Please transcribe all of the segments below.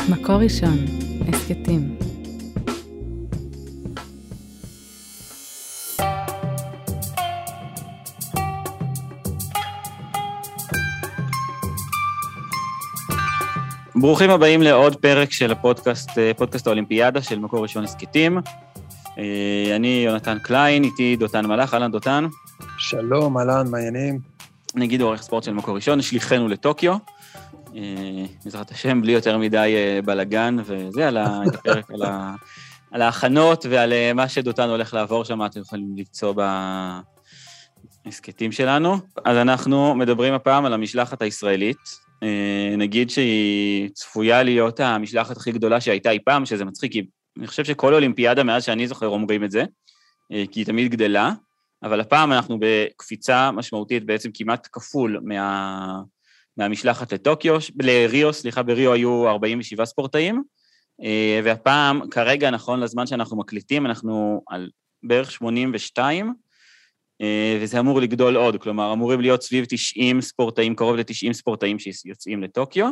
מקור ראשון, הסקטים. ברוכים הבאים לעוד פרק של פודקאסט האולימפיאדה של מקור ראשון הסקטים. אני יונתן קליין, איתי דותן מלאך, אהלן דותן. שלום, אהלן, מעניינים. נגיד עורך ספורט של מקור ראשון, שליחנו לטוקיו. בעזרת השם, בלי יותר מדי בלגן, וזה על הפרק, על ההכנות ועל מה שדותן הולך לעבור שם, אתם יכולים למצוא בהסקטים שלנו. אז אנחנו מדברים הפעם על המשלחת הישראלית. נגיד שהיא צפויה להיות המשלחת הכי גדולה שהייתה אי פעם, שזה מצחיק, כי אני חושב שכל אולימפיאדה מאז שאני זוכר אומרים את זה, כי היא תמיד גדלה, אבל הפעם אנחנו בקפיצה משמעותית, בעצם כמעט כפול מהמשלחת לריו, סליחה, בריו היו 47 ספורטאים, והפעם, כרגע, נכון לזמן שאנחנו מקליטים, אנחנו על בערך 82, וזה אמור לגדול עוד, כלומר, אמורים להיות סביב 90 ספורטאים, קרוב ל-90 ספורטאים שיוצאים לטוקיו.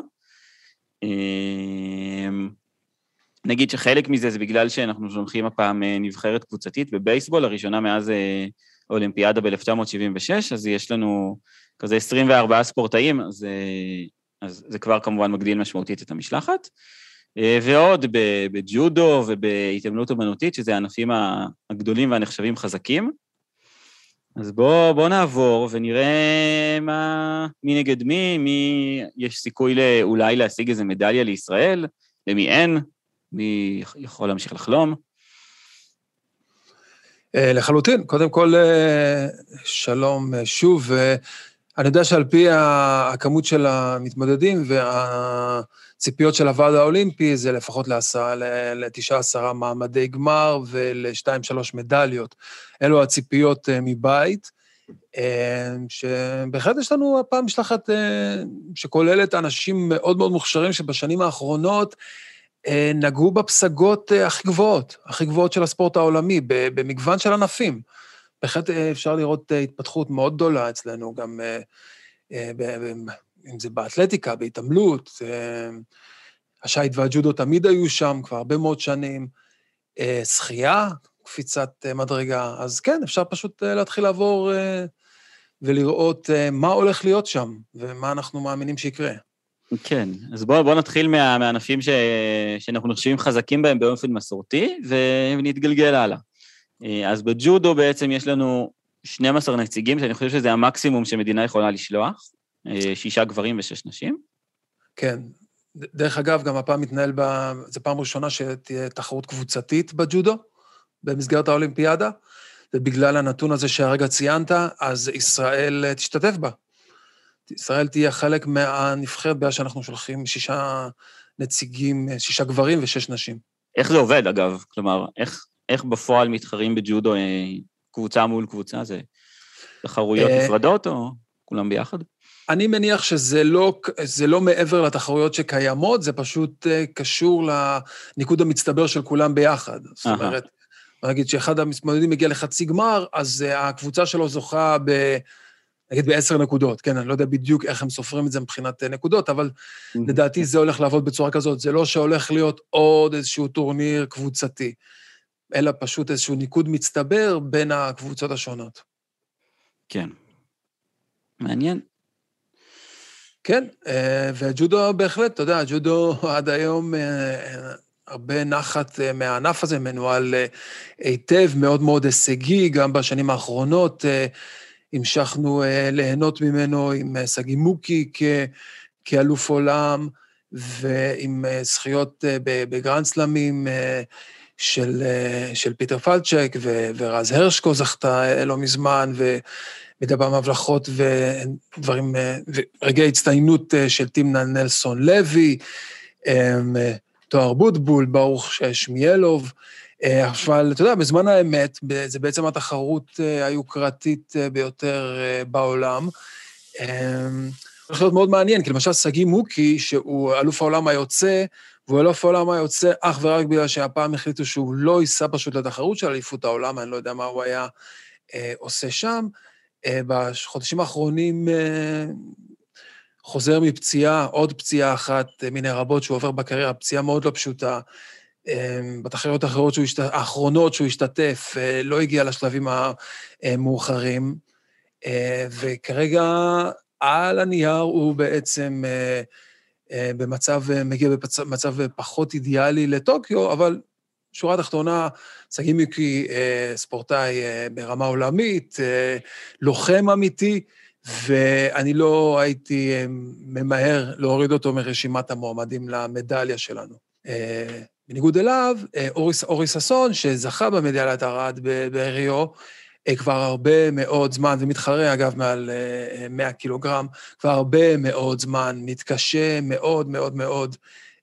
נגיד שחלק מזה זה בגלל שאנחנו שולחים הפעם נבחרת קבוצתית בבייסבול, הראשונה מאז האולימפיאדה ב-1976, אז יש לנו כזה 24 ספורטאים, אז זה כבר כמובן מגדיל משמעותית את המשלחת. ועוד בג'ודו ובהתאמנות אומנותית, שזה הענפים הגדולים והנחשבים חזקים. אז בוא נעבור ונראה מי נגד מי יש סיכוי אולי להשיג איזה מדליה לישראל, למי אין, מי יכול להמשיך לחלום. לחלוטין, קודם כל שלום שוב, אני יודע שעל פי הכמות של המתמודדים והציפיות של הוועד האולימפי, זה לפחות ל-9-10 מעמדי גמר ול-2-3 מדליות. אלו הציפיות מבית, שבהחלט יש לנו הפעם משלחת שכוללת אנשים מאוד מאוד מוכשרים שבשנים האחרונות נגעו בפסגות הכי גבוהות של הספורט העולמי, במגוון של ענפים. בהחלט אפשר לראות התפתחות מאוד גדולה אצלנו, גם אם זה באתלטיקה, בהתעמלות, השייט והג'ודו תמיד היו שם כבר הרבה מאוד שנים, שחייה, קפיצת מדרגה, אז כן, אפשר פשוט להתחיל לעבור ולראות מה הולך להיות שם, ומה אנחנו מאמינים שיקרה. כן, אז בוא נתחיל מהענפים שאנחנו נחשבים חזקים בהם באופן מסורתי, ונתגלגל הלאה. אז בג'ודו בעצם יש לנו 12 נציגים, שאני חושב שזה המקסימום שמדינה יכולה לשלוח, 6 גברים ו6 נשים. כן, דרך אגב, גם הפעם מתנהל, זו פעם ראשונה שתהיה תחרות קבוצתית בג'ודו, במסגרת האולימפיאדה, ובגלל הנתון הזה שהרגע ציינת, אז ישראל תשתתף בה. ישראל תהיה חלק מהנבחרת, בגלל שאנחנו שולחים 6 נציגים, 6 גברים ו6 נשים. איך זה עובד, אגב? כלומר, איך בפועל מתחרים בג'ודו קבוצה מול קבוצה? זה תחרויות נפרדות או כולם ביחד? אני מניח שזה לא מעבר לתחרויות שקיימות, זה פשוט קשור לניקוד המצטבר של כולם ביחד. זאת אומרת, נגיד שאחד המתמודדים מגיע לחצי גמר, אז הקבוצה שלו זוכה נגיד ב10 נקודות, כן, אני לא יודע בדיוק איך הם סופרים את זה מבחינת נקודות, אבל לדעתי זה הולך לעבוד בצורה כזאת, זה לא שהולך להיות עוד איזשהו טורניר קבוצתי, אלא פשוט איזשהו ניקוד מצטבר בין הקבוצות השונות. כן. מעניין. כן, וג'ודו בהחלט, אתה יודע, ג'ודו עד היום הרבה נחת מהענף הזה, מנוהל היטב, מאוד מאוד הישגי, גם בשנים האחרונות המשכנו ליהנות ממנו עם סגי מוקי כאלוף עולם, ועם זכיות בגרנד סלמים של פיטר פלצ'ק, ורז הרשקו זכתה לא מזמן, ומדי פעם הבלחות ודברים, ורגעי הצטיינות של תימנה נלסון לוי, תואר בוטבול, ברוך שמיאלוב, אבל אתה יודע, בזמן האמת, זה בעצם התחרות היוקרתית ביותר בעולם, הולך להיות מאוד מעניין, כי למשל סגי מוקי, שהוא אלוף העולם היוצא, והוא אלוף העולם היוצא אך ורק בגלל שהפעם החליטו שהוא לא ייסע פשוט לתחרות של אליפות העולם, אני לא יודע מה הוא היה עושה שם, בחודשים האחרונים חוזר מפציעה, עוד פציעה אחת מן הרבות שהוא עובר בקריירה, פציעה מאוד לא פשוטה, בתחרויות האחרונות שהוא השתתף, לא הגיע לשלבים המאוחרים, וכרגע על הנייר הוא בעצם מגיע במצב פחות אידיאלי לטוקיו, אבל שורה תחתונה, סגי מיקי ספורטאי ברמה עולמית, לוחם אמיתי, ואני לא הייתי ממהר להוריד אותו מרשימת המועמדים למדליה שלנו. בניגוד אליו, אורי ששון, שזכה במדליית ארד בריו, כבר הרבה מאוד זמן, ומתחרה אגב מעל 100 קילוגרם, כבר הרבה מאוד זמן, מתקשה מאוד מאוד מאוד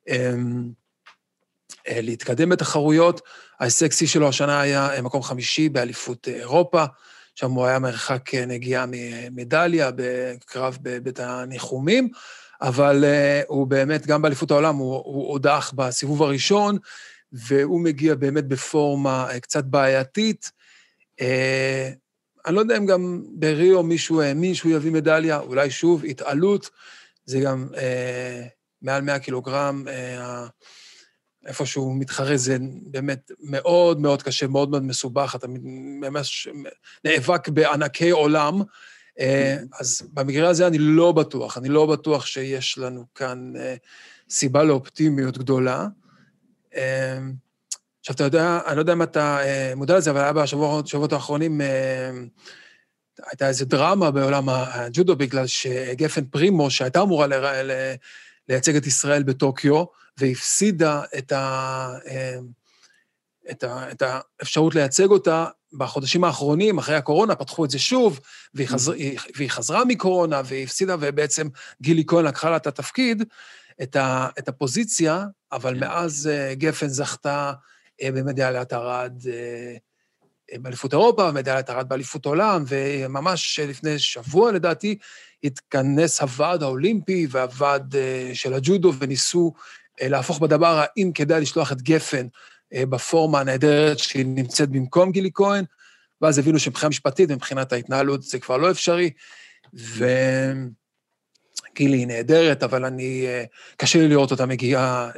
להתקדם בתחרויות. ההישג שיא שלו השנה היה מקום 5 באליפות אירופה, שם הוא היה מרחק נגיעה ממדליה בקרב בבית הניחומים, אבל הוא באמת, גם באליפות העולם, הוא הודח בסיבוב הראשון, והוא מגיע באמת בפורמה קצת בעייתית. אני לא יודע אם גם בריו מישהו האמין שהוא יביא מדליה, אולי שוב, התעלות, זה גם מעל 100 קילוגרם, איפה שהוא מתחרה, זה באמת מאוד מאוד קשה, מאוד מאוד מסובך, אתה ממש נאבק בענקי עולם, אז במקרה הזה אני לא בטוח שיש לנו כאן סיבה לאופטימיות גדולה. עכשיו, אתה יודע, אני לא יודע אם אתה מודע לזה, אבל היה בשבועות האחרונים, הייתה איזו דרמה בעולם הג'ודו, בגלל שגפן פרימו, שהייתה אמורה לייצג את ישראל בטוקיו, והפסידה את האפשרות לייצג אותה בחודשים האחרונים, אחרי הקורונה, פתחו את זה שוב, והיא חזרה מקורונה, והיא הפסידה, ובעצם גילי כהן לקחה לה את התפקיד, את הפוזיציה, אבל מאז גפן זכתה במדליית ארד באליפות אירופה, במדליית ארד באליפות עולם, וממש לפני שבוע, לדעתי, התכנס הוועד האולימפי והוועד של הג'ודו, וניסו להפוך בדבר האם כדאי לשלוח את גפן בפורמה הנהדרת שהיא נמצאת במקום גילי כהן, ואז הבינו שמבחינה משפטית ומבחינת ההתנהלות זה כבר לא אפשרי, וגילי היא נהדרת, אבל קשה לי לראות אותה מגיעה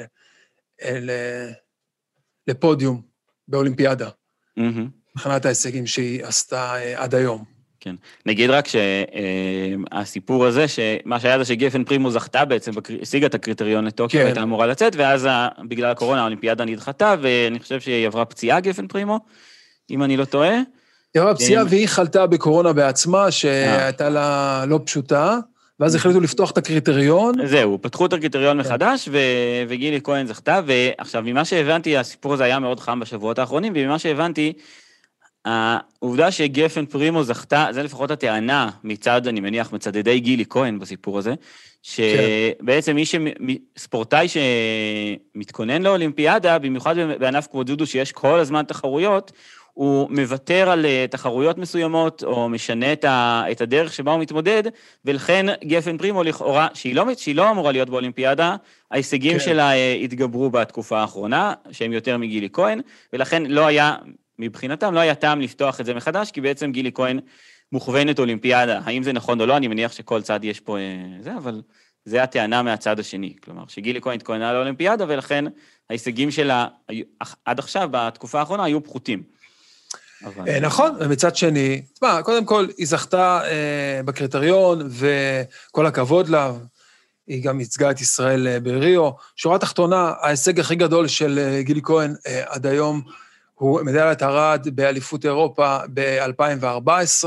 לפודיום באולימפיאדה, מבחינת ההישגים שהיא עשתה עד היום. כן. נגיד רק שהסיפור הזה, שמה שהיה זה שגפן פרימו זכתה בעצם, השיגה את הקריטריון לטוקיו, הייתה אמורה לצאת, ואז בגלל הקורונה האולימפיאדה נדחתה, ואני חושב שהיא עברה פציעה גפן פרימו, אם אני לא טועה. היא עברה פציעה והיא חלתה בקורונה בעצמה, שהייתה לה לא פשוטה, ואז החליטו לפתוח את הקריטריון. זהו, פתחו את הקריטריון מחדש, וגילי כהן זכתה, ועכשיו, ממה שהבנתי, הסיפור הזה היה מאוד חם בשבועות האחרונים, וממה שהבנתי, העובדה שגפן פרימו זכתה, זה לפחות הטענה מצד, אני מניח, מצדדי גילי כהן בסיפור הזה, שבעצם ספורטאי שמתכונן לאולימפיאדה, במיוחד בענף כמו ג'ודו שיש כל הזמן תחרויות, הוא מוותר על תחרויות מסוימות, או משנה את הדרך שבה הוא מתמודד, ולכן גפן פרימו לכאורה, שהיא לא אמורה להיות באולימפיאדה, ההישגים שלה התגברו בתקופה האחרונה, שהם יותר מגילי כהן, ולכן לא היה, מבחינתם לא היה טעם לפתוח את זה מחדש, כי בעצם גילי כהן מוכוונת אולימפיאדה. האם זה נכון או לא? אני מניח שכל צד יש פה זה, אבל זה הטענה מהצד השני. כלומר, שגילי כהן התכוננה לאולימפיאדה, ולכן ההישגים שלה עד עכשיו, בתקופה האחרונה, היו פחותים. נכון, ומצד שני, קודם כל, היא זכתה בקריטריון, וכל הכבוד לה, היא גם ייצגה את ישראל בריו. שורה תחתונה, ההישג הכי גדול של גילי כהן עד היום, הוא מדליית ארד באליפות אירופה ב-2014,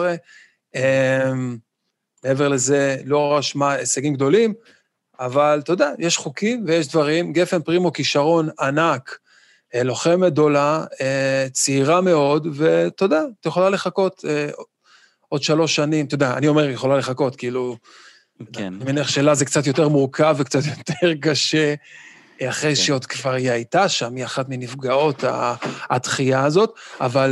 מעבר לזה לא רשמה הישגים גדולים, אבל אתה יודע, יש חוקים ויש דברים, גפן פרימו כישרון ענק, לוחמת גדולה, צעירה מאוד, ואתה יודע, אתה יכולה לחכות עוד 3 שנים, אתה יודע, אני אומר, יכולה לחכות, כאילו, אני מניח שלה זה קצת יותר מורכב וקצת יותר קשה, אחרי שעוד כבר היא הייתה שם, היא אחת מנפגעות התחייה הזאת, אבל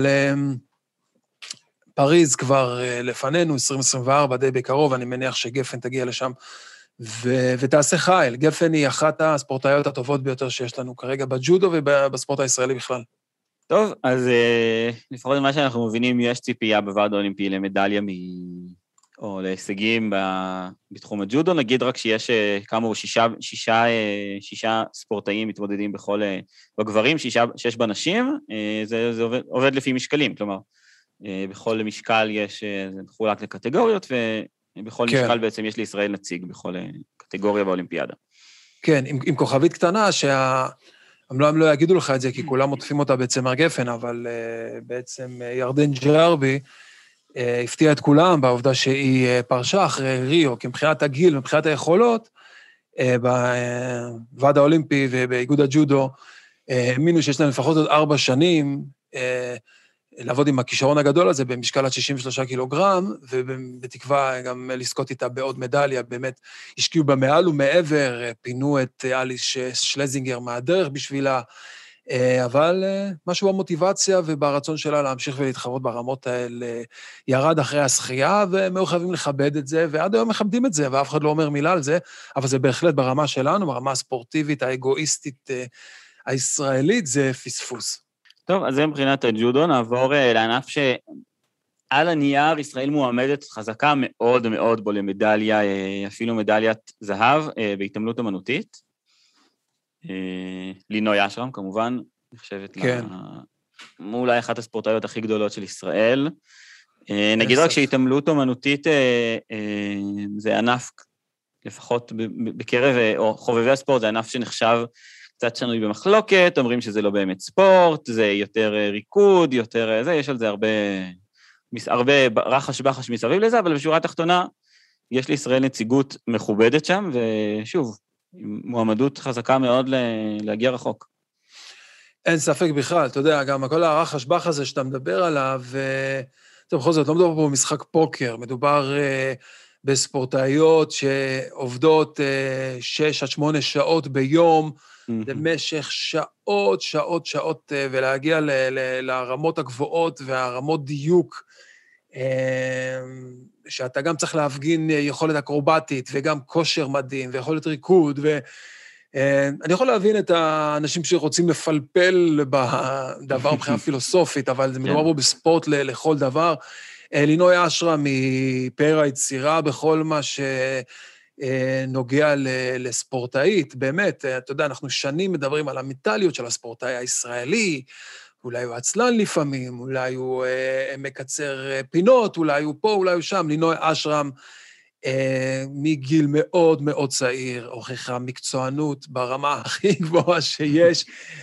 פריז כבר לפנינו, 2024, די בקרוב, אני מניח שגפן תגיע לשם, ותעשה חייל. גפן היא אחת הספורטאיות הטובות ביותר שיש לנו כרגע בג'ודו ובספורט הישראלי בכלל. טוב, אז לפחות מה שאנחנו מבינים, יש ציפייה בוועד האולימפי למדליה או להישגים בתחום הג'ודו, נגיד רק שיש כאמור שישה ספורטאים מתמודדים בגברים, שש בנשים, זה עובד לפי משקלים, כלומר, בכל משקל זה מחולק לקטגוריות, ובכל משקל בעצם יש לישראל נציג בכל קטגוריה באולימפיאדה. כן, עם כוכבית קטנה, הם לא יגידו לך את זה, כי כולם עוטפים אותה בצמר גפן, אבל בעצם ירדן ג'רבי הפתיעה את כולם בעובדה שהיא פרשה אחרי ריו, כי מבחינת הגיל ומבחינת היכולות, בוועד האולימפי ובאיגוד הג'ודו, האמינו שיש להם לפחות עוד 4 שנים, לעבוד עם הכישרון הגדול הזה במשקל עד 63 קילוגרם, ובתקווה גם לזכות איתה בעוד מדליה, באמת השקיעו בה מעל ומעבר, פינו את אליס שלזינגר מהדרך בשבילה, אבל משהו במוטיבציה וברצון שלה להמשיך ולהתחרות ברמות האלה, ירד אחרי השחייה, והם היו חייבים לכבד את זה, ועד היום מכבדים את זה, ואף אחד לא אומר מילה על זה, אבל זה בהחלט ברמה שלנו, ברמה הספורטיבית, האגואיסטית, הישראלית, זה פספוס. טוב, אז זה מבחינת הג'ודו, נעבור לענף שעל הנייר ישראל מועמדת חזקה מאוד מאוד בו למדליה, אפילו מדליית זהב בהתעמלות אמנותית. לינוי אשרם, כמובן, נחשבת כן. אולי אחת הספורטאיות הכי גדולות של ישראל. נגיד רק שהתעמלות אמנותית זה ענף, לפחות בקרב, או חובבי הספורט, זה ענף שנחשב קצת שנוי במחלוקת, אומרים שזה לא באמת ספורט, זה יותר ריקוד, יותר זה, יש על זה הרבה רחש בחש מסביב לזה, אבל בשורה התחתונה, יש לישראל נציגות מכובדת שם, ושוב, מועמדות חזקה מאוד להגיע רחוק. אין ספק בכלל, אתה יודע, גם כל הרחש בחש הזה שאתה מדבר עליו, בכל זאת, לא מדובר פה במשחק פוקר, מדובר בספורטאיות שעובדות 6 עד 8 שעות ביום, במשך שעות, ולהגיע לרמות הגבוהות והרמות דיוק, שאתה גם צריך להפגין יכולת אקרובטית, וגם כושר מדהים, ויכולת ריקוד, ואני יכול להבין את האנשים שרוצים לפלפל בדבר מבחינה פילוסופית, אבל זה מדובר בו בספורט לכל דבר. לינוי אשרם היא פאר היצירה בכל מה נוגע לספורטאית, באמת, אתה יודע, אנחנו שנים מדברים על המנטליות של הספורטאי הישראלי, אולי הוא עצלן לפעמים, אולי הוא מקצר פינות, אולי הוא פה, אולי הוא שם. לינוי אשרם, מגיל מאוד מאוד צעיר, הוכיחה מקצוענות ברמה הכי גבוהה שיש,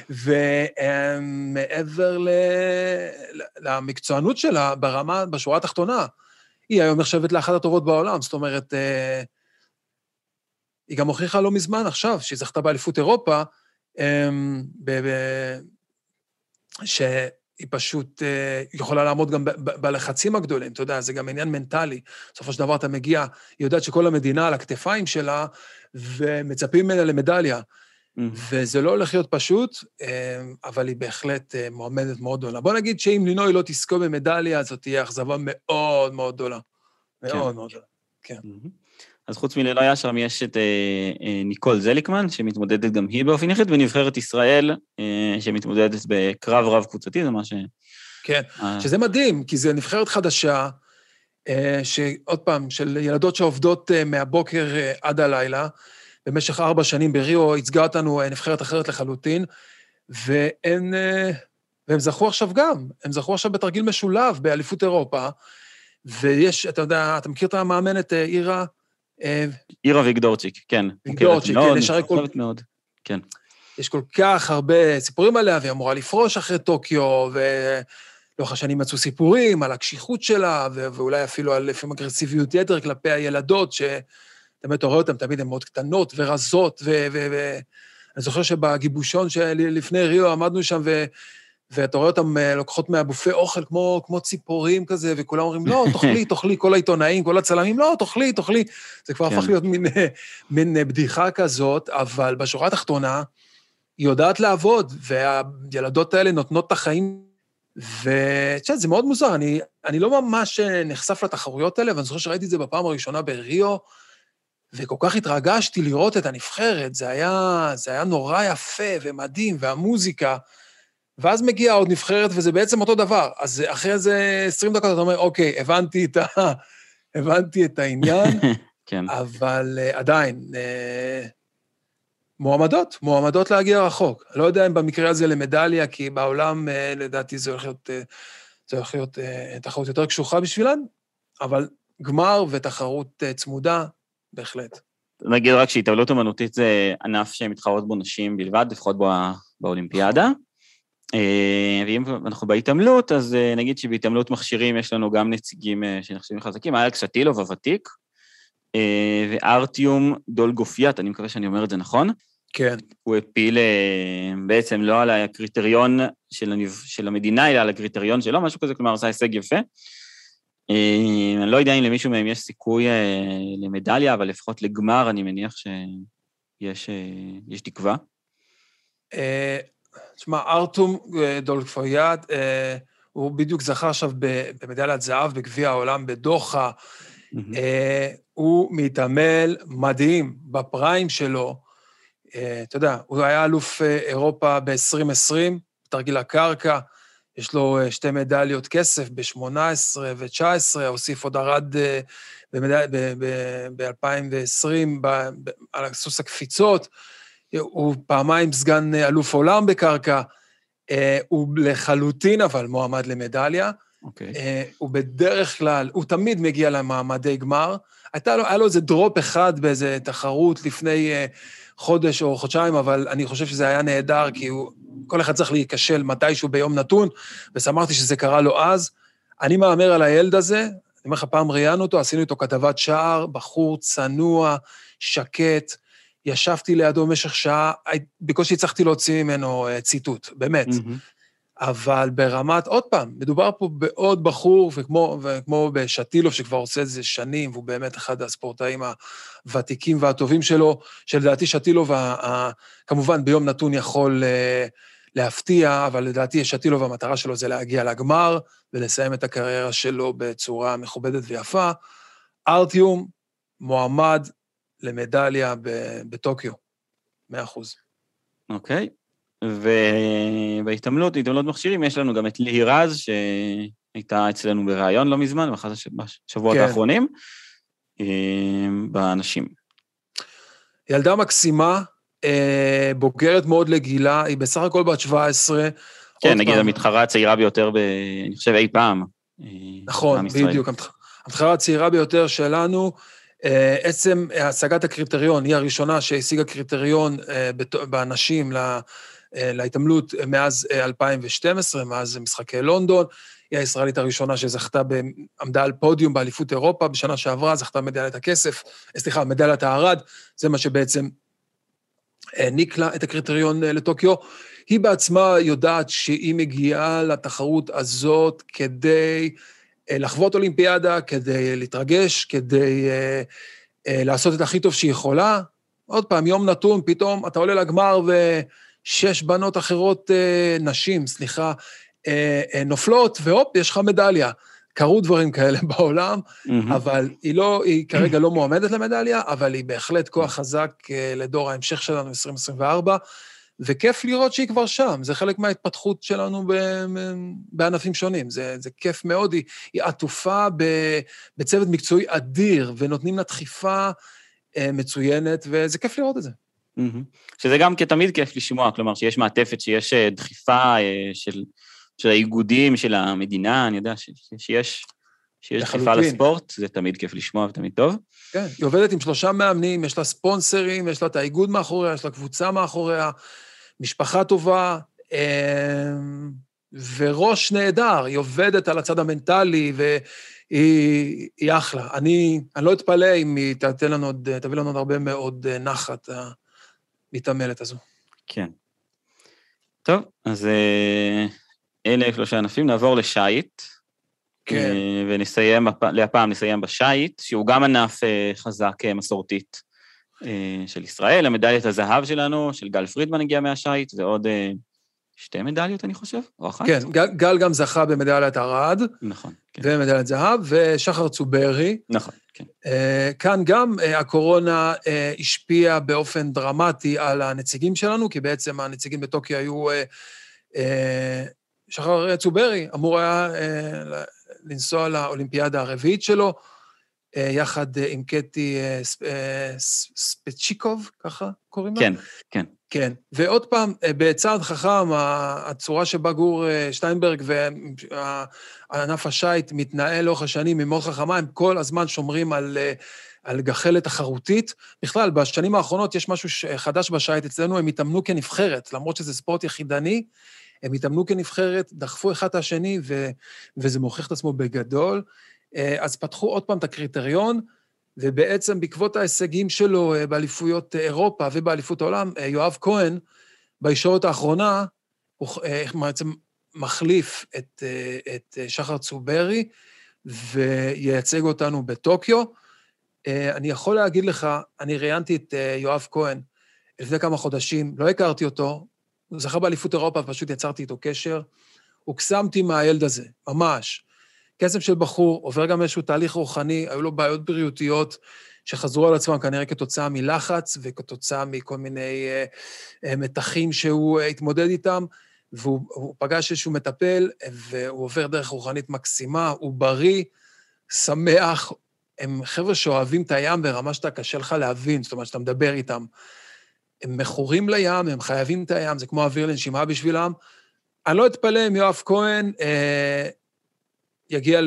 ומעבר למקצוענות שלה ברמה, בשורה התחתונה, היא היום נחשבת לאחת הטובות בעולם, זאת אומרת, היא גם הוכיחה לא מזמן עכשיו, שהיא זכתה באליפות אירופה, שהיא פשוט יכולה לעמוד גם בלחצים הגדולים, אתה יודע, זה גם עניין מנטלי. בסופו של דבר אתה מגיע, היא יודעת שכל המדינה על הכתפיים שלה, ומצפים ממנה למדליה. וזה לא הולך להיות פשוט, אבל היא בהחלט מועמדת מאוד גדולה. בוא נגיד שאם לינוי לא תזכו במדליה, זאת תהיה אכזבה מאוד מאוד גדולה. מאוד מאוד גדולה, כן. אז חוץ מלינוי אשרם יש את ניקול זליקמן, שמתמודדת גם היא באופן יחיד, ונבחרת ישראל, שמתמודדת בקרב רב קבוצתי, זה מה ש... כן, שזה מדהים, כי זה נבחרת חדשה, שעוד פעם, של ילדות שעובדות מהבוקר עד הלילה, במשך 4 שנים בריו, הצגה אותנו נבחרת אחרת לחלוטין, והם זכו עכשיו גם, הם זכו עכשיו בתרגיל משולב באליפות אירופה, ויש, אתה יודע, אתה מכיר את המאמנת אירה ויגדורצ'יק, כן. ויגדורצ'יק, כן, יש הרי מאוד, כן. יש כל כך הרבה סיפורים עליה, והיא אמורה לפרוש אחרי טוקיו, ולאורך השנים מצאו סיפורים על הקשיחות שלה, ואולי אפילו על לפעמים אגרסיביות יתר כלפי הילדות, שבאמת רואה אותן, תמיד הן מאוד קטנות ורזות, ואני זוכר שבגיבושון שלפני ריו עמדנו שם, ואתה רואה אותם לוקחות מהבופה אוכל כמו ציפורים כזה, וכולם אומרים, לא, תאכלי, כל העיתונאים, כל הצלמים, לא, תאכלי. זה כבר הפך להיות מין בדיחה כזאת, אבל בשורה התחתונה, היא יודעת לעבוד, והילדות האלה נותנות את החיים, ותשאל, זה מאוד מוזר, אני לא ממש נחשף לתחרויות האלה, ואני זוכר שראיתי את זה בפעם הראשונה בריו, וכל כך התרגשתי לראות את הנבחרת, זה היה נורא יפה ומדהים, והמוזיקה, ואז מגיעה עוד נבחרת, וזה בעצם אותו דבר. אז אחרי איזה 20 דקות אתה אומר, אוקיי, הבנתי הבנתי את העניין, כן. אבל עדיין, מועמדות להגיע רחוק. אני לא יודע אם במקרה הזה למדליה, כי בעולם, לדעתי, זה הולך להיות תחרות יותר קשוחה בשבילן, אבל גמר ותחרות צמודה, בהחלט. נגיד רק שהתעמלות אומנותית זה ענף שמתחרות בו נשים בלבד, לפחות באולימפיאדה. ואם אנחנו בהתעמלות, אז נגיד שבהתעמלות מכשירים יש לנו גם נציגים שנחשבים חזקים, אלכס שטילוב הוותיק, וארטיום דולגופיאט, אני מקווה שאני אומר את זה נכון. כן. הוא הפיל בעצם לא על הקריטריון של המדינה, אלא על הקריטריון שלו, משהו כזה, כלומר, עושה הישג יפה. אני לא יודע אם למישהו מהם יש סיכוי למדליה, אבל לפחות לגמר אני מניח שיש תקווה. תשמע, ארטיום דולגופיאט, הוא בדיוק זכה עכשיו במדליית זהב בגביע העולם בדוחה, הוא מתעמל מדהים בפריים שלו, אתה יודע, הוא היה אלוף אירופה ב-2020, בתרגיל הקרקע, יש לו 2 מדליות כסף ב-18 ו-19, הוסיף עוד ארד ב-2020 על סוס הקפיצות, הוא פעמיים סגן אלוף עולם בקרקע, הוא לחלוטין אבל מועמד למדליה, הוא בדרך כלל, הוא תמיד מגיע למעמדי גמר, היה לו איזה דרופ אחד באיזה תחרות לפני חודש או חודשיים, אבל אני חושב שזה היה נהדר, כי כל אחד צריך להיכשל מתישהו ביום נתון, ושמחתי שזה קרה לו אז. אני מאמר על הילד הזה, אני אומר לך, פעם ראיינו אותו, עשינו איתו כתבת שער, בחור צנוע, שקט, ישבתי לידו במשך שעה, בקושי הצלחתי להוציא ממנו ציטוט, באמת. אבל ברמת, עוד פעם, מדובר פה בעוד בחור, וכמו בשטילוב, שכבר עושה את זה שנים, והוא באמת אחד הספורטאים הוותיקים והטובים שלו, שלדעתי שטילוב, כמובן ביום נתון יכול להפתיע, אבל לדעתי שטילוב, המטרה שלו זה להגיע לגמר, ולסיים את הקריירה שלו בצורה מכובדת ויפה. ארטיום מועמד למדליה בטוקיו, 100%. אוקיי. ובהתעמלות מכשירים, יש לנו גם את ליהי רז, שהייתה אצלנו ברעיון לא מזמן, באחד השבועות האחרונים, באנשים. ילדה מקסימה, בוגרת מאוד לגילה, היא בסך הכל בת 17. כן, נגיד המתחרה הצעירה ביותר, אני חושב אי פעם. נכון, בדיוק, המתחרה הצעירה ביותר שלנו, עצם השגת הקריטריון, היא הראשונה שהשיגה קריטריון באנשים להתעמלות מאז 2012, מאז משחקי לונדון, היא הישראלית הראשונה שזכתה, עמדה על פודיום באליפות אירופה, בשנה שעברה זכתה מדליית הכסף, מדליית הארד, זה מה שבעצם העניק לה את הקריטריון לטוקיו. היא בעצמה יודעת שהיא מגיעה לתחרות הזאת כדי לחוות אולימפיאדה, כדי להתרגש, כדי לעשות את הכי טוב שהיא יכולה. עוד פעם, יום נתון, פתאום אתה עולה לגמר ש6 בנות אחרות, נופלות, והופ, יש לך מדליה. קרו דברים כאלה בעולם, אבל היא כרגע לא מועמדת למדליה, אבל היא בהחלט כוח חזק לדור ההמשך שלנו, 2024, וכיף לראות שהיא כבר שם, זה חלק מההתפתחות שלנו בענפים שונים, זה כיף מאוד, היא עטופה בצוות מקצועי אדיר, ונותנים לה דחיפה מצוינת, וזה כיף לראות את זה. שזה גם כתמיד כיף לשמוע, כלומר שיש מעטפת, שיש דחיפה של האיגודים, של המדינה, אני יודע שיש דחיפה לספורט, זה תמיד כיף לשמוע ותמיד טוב. כן, היא עובדת עם 3 מאמנים, יש לה ספונסרים, יש לה את האיגוד מאחוריה, יש לה קבוצה מאחוריה, משפחה טובה, וראש נהדר, היא עובדת על הצד המנטלי, והיא אחלה. אני לא אתפלא אם היא תביא לנו עוד הרבה מאוד נחת, המתעמלת הזו. כן. טוב, אז אלה 3 ענפים, נעבור לשייט. כן. ונסיים, להפעם נסיים בשייט, שהוא גם ענף חזק מסורתית של ישראל, המדליית הזהב שלנו, של גל פרידמן הגיע מהשייט, ועוד 2 מדליות, אני חושב, או 1. כן, גל גם זכה במדליית ארד. נכון. כן. ומדליית זהב, ושחר צוברי. נכון, כן. כאן גם הקורונה השפיעה באופן דרמטי על הנציגים שלנו, כי בעצם הנציגים בטוקיו היו שחר צוברי, אמור היה לנסוע לאולימפיאדה הרביעית שלו, יחד עם קטי ספצ'יקוב, ככה קוראים לה? כן, כן. כן, ועוד פעם, בצעד חכם, הצורה שבה גור שטיינברג והענף השייט מתנהל לאורך השנים עם מאוד חכמה, הם כל הזמן שומרים על גחלת תחרותית. בכלל, בשנים האחרונות יש משהו חדש בשייט אצלנו, הם התאמנו כנבחרת, למרות שזה ספורט יחידני, הם התאמנו כנבחרת, דחפו אחד את השני, וזה מוכיח את עצמו בגדול. אז פתחו עוד פעם את הקריטריון, ובעצם בעקבות ההישגים שלו באליפויות אירופה ובאליפות העולם, יואב כהן, בישורת האחרונה, הוא בעצם מחליף את שחר צוברי, וייצג אותנו בטוקיו. אני יכול להגיד לך, אני ראיינתי את יואב כהן לפני כמה חודשים, לא הכרתי אותו, הוא זכה באליפות אירופה, ופשוט יצרתי איתו קשר, הוקסמתי מהילד הזה, ממש. קסם של בחור, עובר גם איזשהו תהליך רוחני, היו לו בעיות בריאותיות שחזרו על עצמם כנראה כתוצאה מלחץ וכתוצאה מכל מיני מתחים שהוא התמודד איתם, והוא פגש איזשהו מטפל, והוא עובר דרך רוחנית מקסימה, הוא בריא, שמח, הם חבר'ה שאוהבים את הים ברמה שאתה קשה לך להבין, זאת אומרת שאתה מדבר איתם, הם מכורים לים, הם חייבים את הים, זה כמו אוויר לנשימה בשבילם. אני לא אתפלא אם יואב כהן יגיע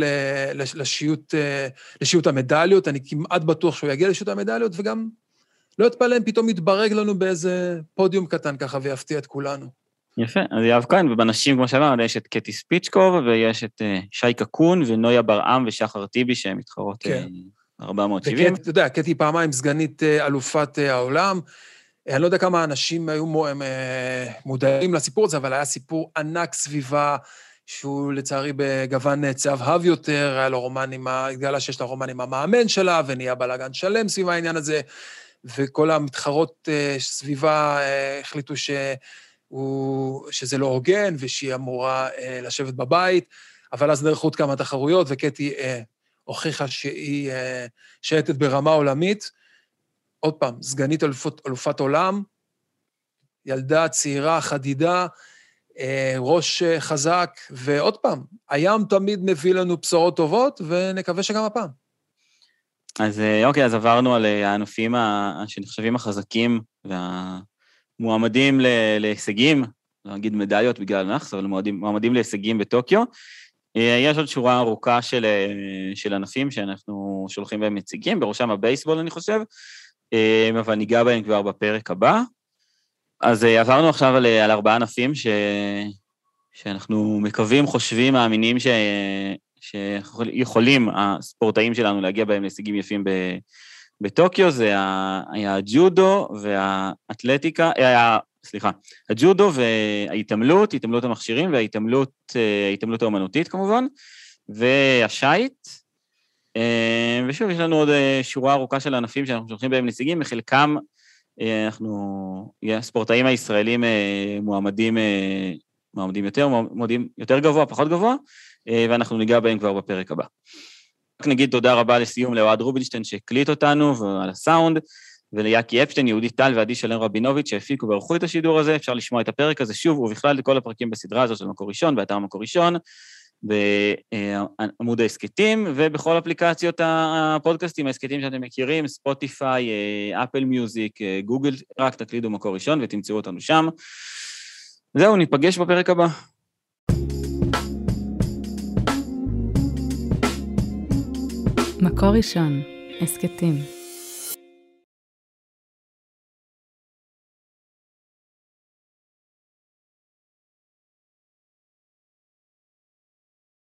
לשיעות המדליות, אני כמעט בטוח שהוא יגיע לשיעות המדליות, וגם לא אתפלא אם פתאום יתברג לנו באיזה פודיום קטן ככה, ויפתיע את כולנו. יפה, אז יואב כהן, ובנשים, כמו שאמרנו, יש את קטי ספיצ'קוב, ויש את שי קקון, ונויה ברעם ושחר טיבי, שהן מתחרות 470. אתה יודע, קטי פעמיים סגנית אלופת העולם, אני לא יודע כמה אנשים היו מודעים לסיפור הזה, אבל היה סיפור ענק סביבה, שהוא לצערי בגוון צהבהב יותר, היה לו רומן התגלה שיש לה רומן עם המאמן שלה, ונהיה בלגן שלם סביבה העניין הזה, וכל המתחרות סביבה החליטו שזה לא הוגן, ושהיא אמורה לשבת בבית, אבל אז נערכו כמה תחרויות, וקטי הוכיחה שהיא שייטת ברמה עולמית. עוד פעם, סגנית אלופת עולם, ילדה צעירה, חדידה, ראש חזק, ועוד פעם, הים תמיד מביא לנו בשורות טובות, ונקווה שגם הפעם. אז אוקיי, אז עברנו על הענפים שנחשבים החזקים, והמועמדים להישגים, לא נגיד מדליות בגלל נחס, אבל מועמדים להישגים בטוקיו. יש עוד שורה ארוכה של ענפים שאנחנו שולחים בהם נציגים, בראשם הבייסבול אני חושב, אבל ניגע בהם כבר בפרק הבא. אז עברנו עכשיו על 4 ענפים שאנחנו מקווים, חושבים, מאמינים שיכולים הספורטאים שלנו להגיע בהם להישגים יפים בטוקיו, זה היה הג'ודו והאתלטיקה, הג'ודו וההתעמלות, התעמלות המכשירים וההתעמלות האומנותית כמובן, והשייט, ושוב יש לנו עוד שורה ארוכה של ענפים שאנחנו שולחים בהם נציגים, בחלקם הספורטאים הישראלים מועמדים יותר גבוה, פחות גבוה, ואנחנו ניגע בהם כבר בפרק הבא. רק נגיד תודה רבה לסיום לאוהד רובינשטיין שהקליט אותנו ועל הסאונד, וליאקי אפשטיין, יהודית טל ועדי שלם רבינוביץ' שהפיקו וערכו את השידור הזה. אפשר לשמוע את הפרק הזה שוב, ובכלל כל הפרקים בסדרה הזאת של מקור ראשון, באתר מקור ראשון, בעמוד העסקתים, ובכל אפליקציות הפודקאסטים, העסקתים שאתם מכירים, ספוטיפיי, אפל מיוזיק, גוגל, רק תקלידו מקור ראשון ותמצאו אותנו שם. זהו, ניפגש בפרק הבא. מקור ראשון, עסקתים.